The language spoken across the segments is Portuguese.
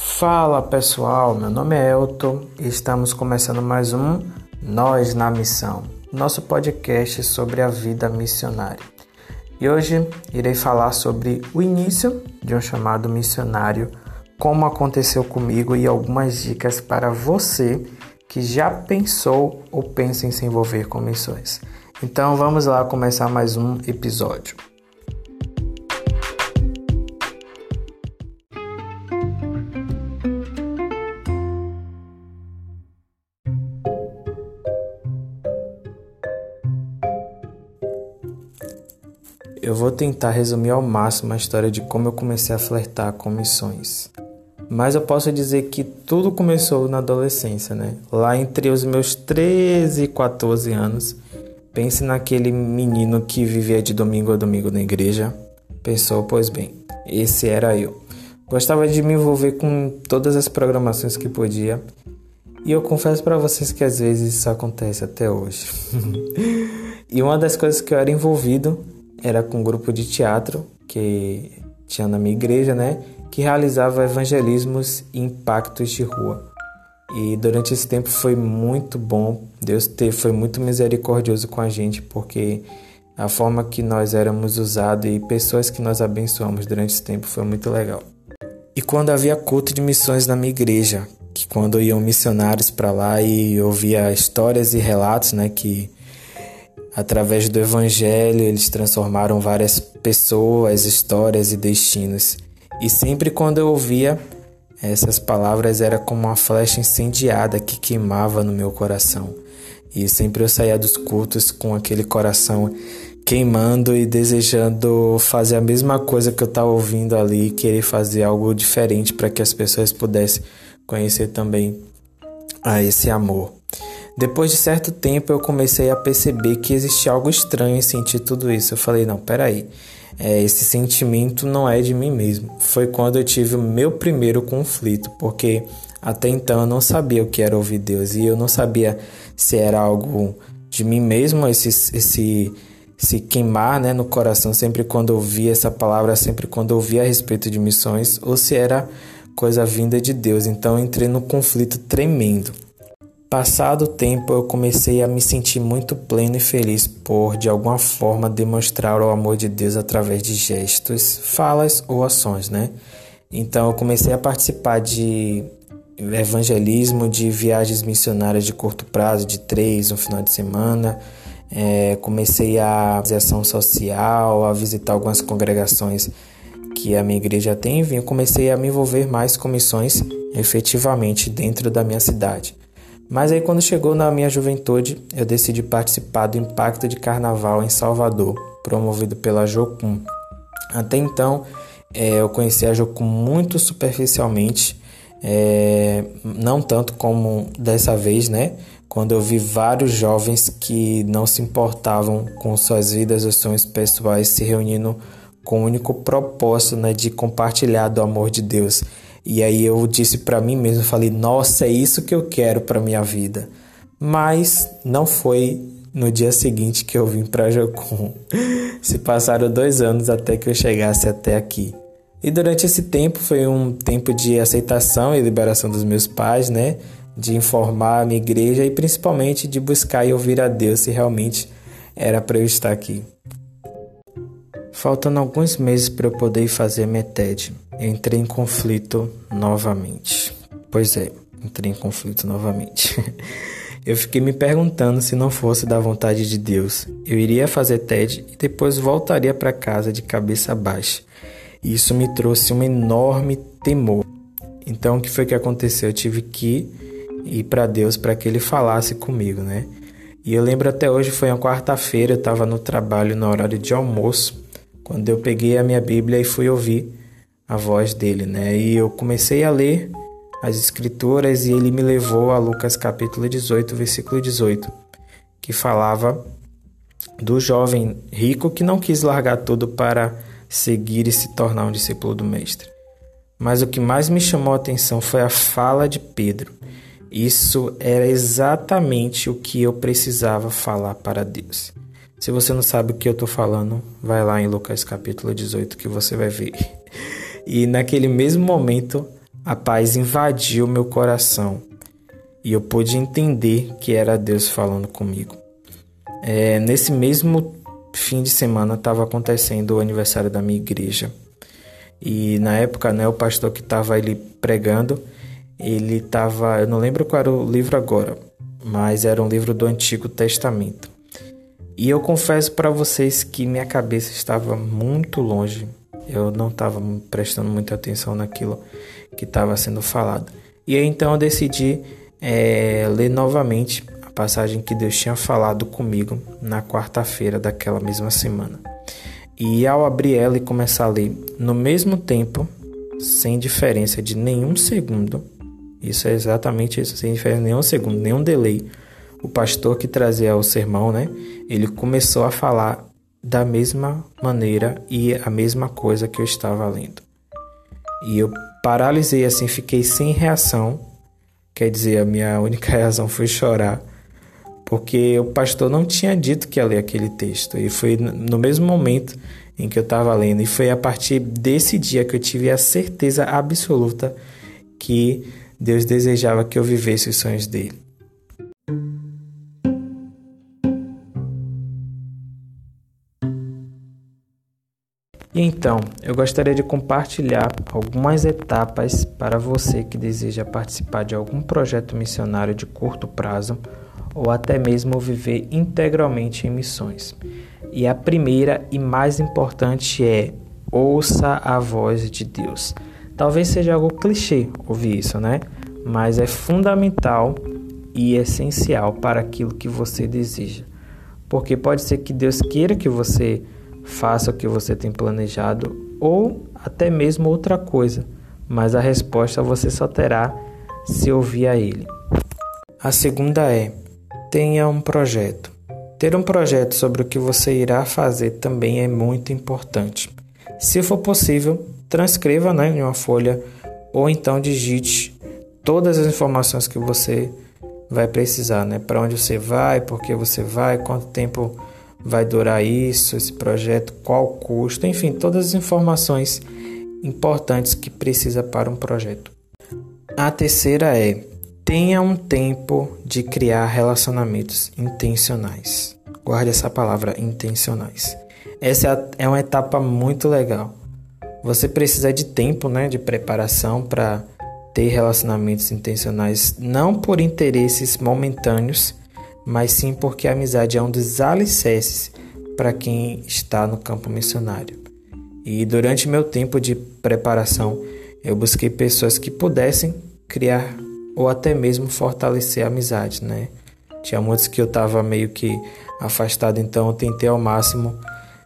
Fala pessoal, meu nome é Elton e estamos começando mais um Nós na Missão, nosso podcast sobre a vida missionária. E hoje irei falar sobre o início de um chamado missionário, como aconteceu comigo e algumas dicas para você que já pensou ou pensa em se envolver com missões. Então vamos lá começar mais um episódio. Eu vou tentar resumir ao máximo a história de como eu comecei a flertar com missões. Mas eu posso dizer que tudo começou na adolescência, né? Lá entre os meus 13 e 14 anos. Pense naquele menino que vivia de domingo a domingo na igreja. Pensou, pois bem, esse era eu. Gostava de me envolver com todas as programações que podia. E eu confesso para vocês que às vezes isso acontece até hoje. E uma das coisas que eu era envolvido era com um grupo de teatro que tinha na minha igreja, né? Que realizava evangelismos e impactos de rua. E durante esse tempo foi muito bom. Deus foi muito misericordioso com a gente, porque a forma que nós éramos usados e pessoas que nós abençoamos durante esse tempo foi muito legal. E quando havia culto de missões na minha igreja, que quando iam missionários para lá e eu ouvia histórias e relatos, né, que através do evangelho eles transformaram várias pessoas, histórias e destinos. E sempre quando eu ouvia essas palavras era como uma flecha incendiada que queimava no meu coração. E sempre eu saía dos cultos com aquele coração queimando e desejando fazer a mesma coisa que eu estava ouvindo ali, querer fazer algo diferente para que as pessoas pudessem conhecer também a esse amor. Depois de certo tempo eu comecei a perceber que existia algo estranho em sentir tudo isso. Eu falei, não, peraí, esse sentimento não é de mim mesmo. Foi quando eu tive o meu primeiro conflito, porque até então eu não sabia o que era ouvir Deus. E eu não sabia se era algo de mim mesmo, esse queimar, né, no coração sempre quando eu ouvia essa palavra, sempre quando eu ouvia a respeito de missões, ou se era coisa vinda de Deus. Então eu entrei num conflito tremendo. Passado o tempo, eu comecei a me sentir muito pleno e feliz por, de alguma forma, demonstrar o amor de Deus através de gestos, falas ou ações, né? Então, eu comecei a participar de evangelismo, de viagens missionárias de curto prazo, de 3, um final de semana. Comecei a fazer ação social, a visitar algumas congregações que a minha igreja tem. E comecei a me envolver mais com missões, efetivamente, dentro da minha cidade. Mas aí quando chegou na minha juventude, eu decidi participar do Impacto de Carnaval em Salvador, promovido pela Jocum. Até então, eu conheci a Jocum muito superficialmente, não tanto como dessa vez, né? Quando eu vi vários jovens que não se importavam com suas vidas ou sonhos pessoais se reunindo com o único propósito, né, de compartilhar do amor de Deus. E aí eu disse para mim mesmo, falei, nossa, é isso que eu quero para minha vida. Mas não foi no dia seguinte que eu vim para Jocum. Se passaram 2 anos até que eu chegasse até aqui. E durante esse tempo foi um tempo de aceitação e liberação dos meus pais, né? De informar a minha igreja e principalmente de buscar e ouvir a Deus se realmente era para eu estar aqui. Faltando alguns meses para eu poder fazer a METED, entrei em conflito novamente. Entrei em conflito novamente. Eu fiquei me perguntando se não fosse da vontade de Deus. Eu iria fazer TED e depois voltaria para casa de cabeça baixa. E isso me trouxe um enorme temor. Então o que foi que aconteceu? Eu tive que ir para Deus para que Ele falasse comigo, né? E eu lembro até hoje, foi uma quarta-feira, eu estava no trabalho no horário de almoço, quando eu peguei a minha Bíblia e fui ouvir a voz dele, né? E eu comecei a ler as escrituras e ele me levou a Lucas capítulo 18, versículo 18, que falava do jovem rico que não quis largar tudo para seguir e se tornar um discípulo do mestre. Mas o que mais me chamou a atenção foi a fala de Pedro. Isso era exatamente o que eu precisava falar para Deus. Se você não sabe o que eu estou falando, vai lá em Lucas capítulo 18 que você vai ver. E naquele mesmo momento, a paz invadiu meu coração e eu pude entender que era Deus falando comigo. Nesse mesmo fim de semana estava acontecendo o aniversário da minha igreja. E na época, o pastor que estava ali pregando, ele estava... Eu não lembro qual era o livro agora, mas era um livro do Antigo Testamento. E eu confesso para vocês que minha cabeça estava muito longe. Eu não estava prestando muita atenção naquilo que estava sendo falado. E aí então eu decidi ler novamente a passagem que Deus tinha falado comigo na quarta-feira daquela mesma semana. E ao abrir ela e começar a ler no mesmo tempo, sem diferença de nenhum segundo, isso é exatamente isso, sem diferença de nenhum segundo, nenhum delay, o pastor que trazia o sermão, ele começou a falar da mesma maneira e a mesma coisa que eu estava lendo. E eu paralisei assim, fiquei sem reação, quer dizer, a minha única reação foi chorar, porque o pastor não tinha dito que ia ler aquele texto. E foi no mesmo momento em que eu estava lendo. E foi a partir desse dia que eu tive a certeza absoluta que Deus desejava que eu vivesse os sonhos dele. E então, eu gostaria de compartilhar algumas etapas para você que deseja participar de algum projeto missionário de curto prazo ou até mesmo viver integralmente em missões. E a primeira e mais importante é: ouça a voz de Deus. Talvez seja algo clichê ouvir isso, Mas é fundamental e essencial para aquilo que você deseja. Porque pode ser que Deus queira que você faça o que você tem planejado ou até mesmo outra coisa, mas a resposta você só terá se ouvir a Ele. A segunda é: tenha um projeto. Ter um projeto sobre o que você irá fazer também é muito importante. Se for possível, transcreva em uma folha ou então digite todas as informações que você vai precisar, para onde você vai, por que você vai, quanto tempo vai durar esse projeto, qual o custo, enfim, todas as informações importantes que precisa para um projeto. A terceira é: tenha um tempo de criar relacionamentos intencionais. Guarde essa palavra, intencionais. Essa é uma etapa muito legal. Você precisa de tempo, de preparação para ter relacionamentos intencionais, não por interesses momentâneos, mas sim porque a amizade é um dos alicerces para quem está no campo missionário. E durante meu tempo de preparação, eu busquei pessoas que pudessem criar ou até mesmo fortalecer a amizade, Tinha muitos que eu estava meio que afastado, então eu tentei ao máximo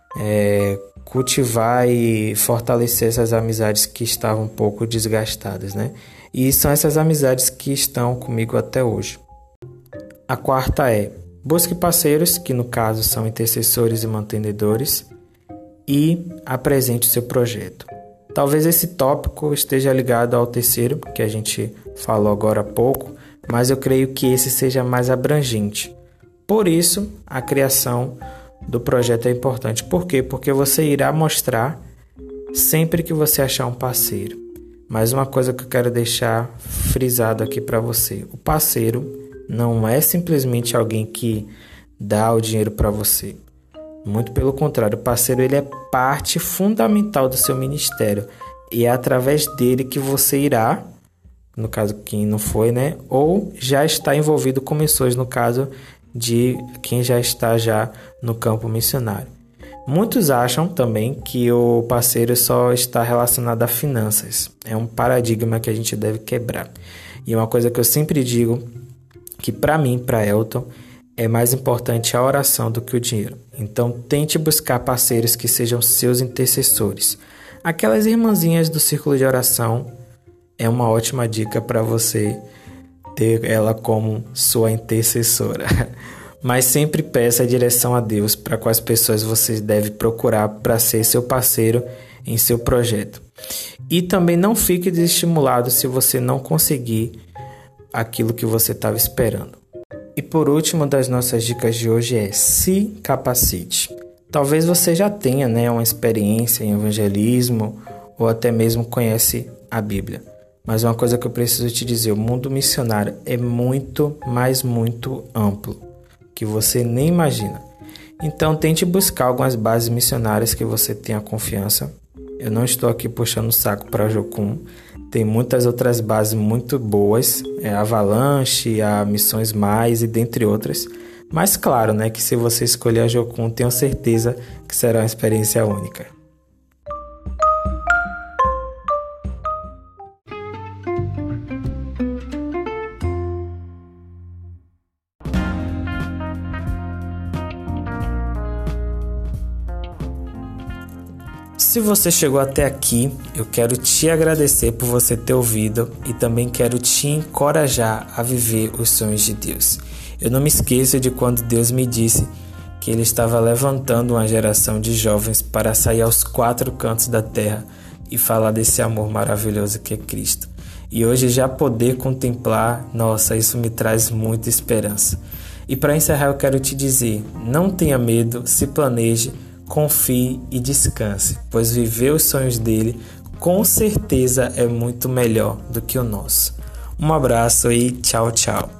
cultivar e fortalecer essas amizades que estavam um pouco desgastadas, E são essas amizades que estão comigo até hoje. A quarta é: busque parceiros, que no caso são intercessores e mantenedores, e apresente o seu projeto. Talvez esse tópico esteja ligado ao terceiro, que a gente falou agora há pouco, mas eu creio que esse seja mais abrangente. Por isso, a criação do projeto é importante. Por quê? Porque você irá mostrar sempre que você achar um parceiro. Mas uma coisa que eu quero deixar frisado aqui para você: o parceiro não é simplesmente alguém que dá o dinheiro para você. Muito pelo contrário, o parceiro ele é parte fundamental do seu ministério. E é através dele que você irá, no caso quem não foi, ou já está envolvido com missões, no caso de quem já está no campo missionário. Muitos acham também que o parceiro só está relacionado a finanças. É um paradigma que a gente deve quebrar. E uma coisa que eu sempre digo, que para mim, para Elton, é mais importante a oração do que o dinheiro. Então tente buscar parceiros que sejam seus intercessores. Aquelas irmãzinhas do círculo de oração é uma ótima dica para você ter ela como sua intercessora. Mas sempre peça a direção a Deus para quais pessoas você deve procurar para ser seu parceiro em seu projeto. E também não fique desestimulado se você não conseguir aquilo que você estava esperando. E por último das nossas dicas de hoje é: se capacite. Talvez você já tenha uma experiência em evangelismo ou até mesmo conhece a Bíblia. Mas uma coisa que eu preciso te dizer, o mundo missionário é muito, mas muito amplo, que você nem imagina. Então tente buscar algumas bases missionárias que você tenha confiança. Eu não estou aqui puxando o saco para a Jocum. Tem muitas outras bases muito boas, a Avalanche, a Missões Mais e dentre outras. Mas claro, né, que se você escolher a Jocum, tenho certeza que será uma experiência única. Se você chegou até aqui, eu quero te agradecer por você ter ouvido e também quero te encorajar a viver os sonhos de Deus. Eu não me esqueço de quando Deus me disse que Ele estava levantando uma geração de jovens para sair aos 4 cantos da terra e falar desse amor maravilhoso que é Cristo. E hoje já poder contemplar, nossa, isso me traz muita esperança. E para encerrar eu quero te dizer, não tenha medo, se planeje, confie e descanse, pois viver os sonhos dele com certeza é muito melhor do que o nosso. Um abraço e tchau, tchau.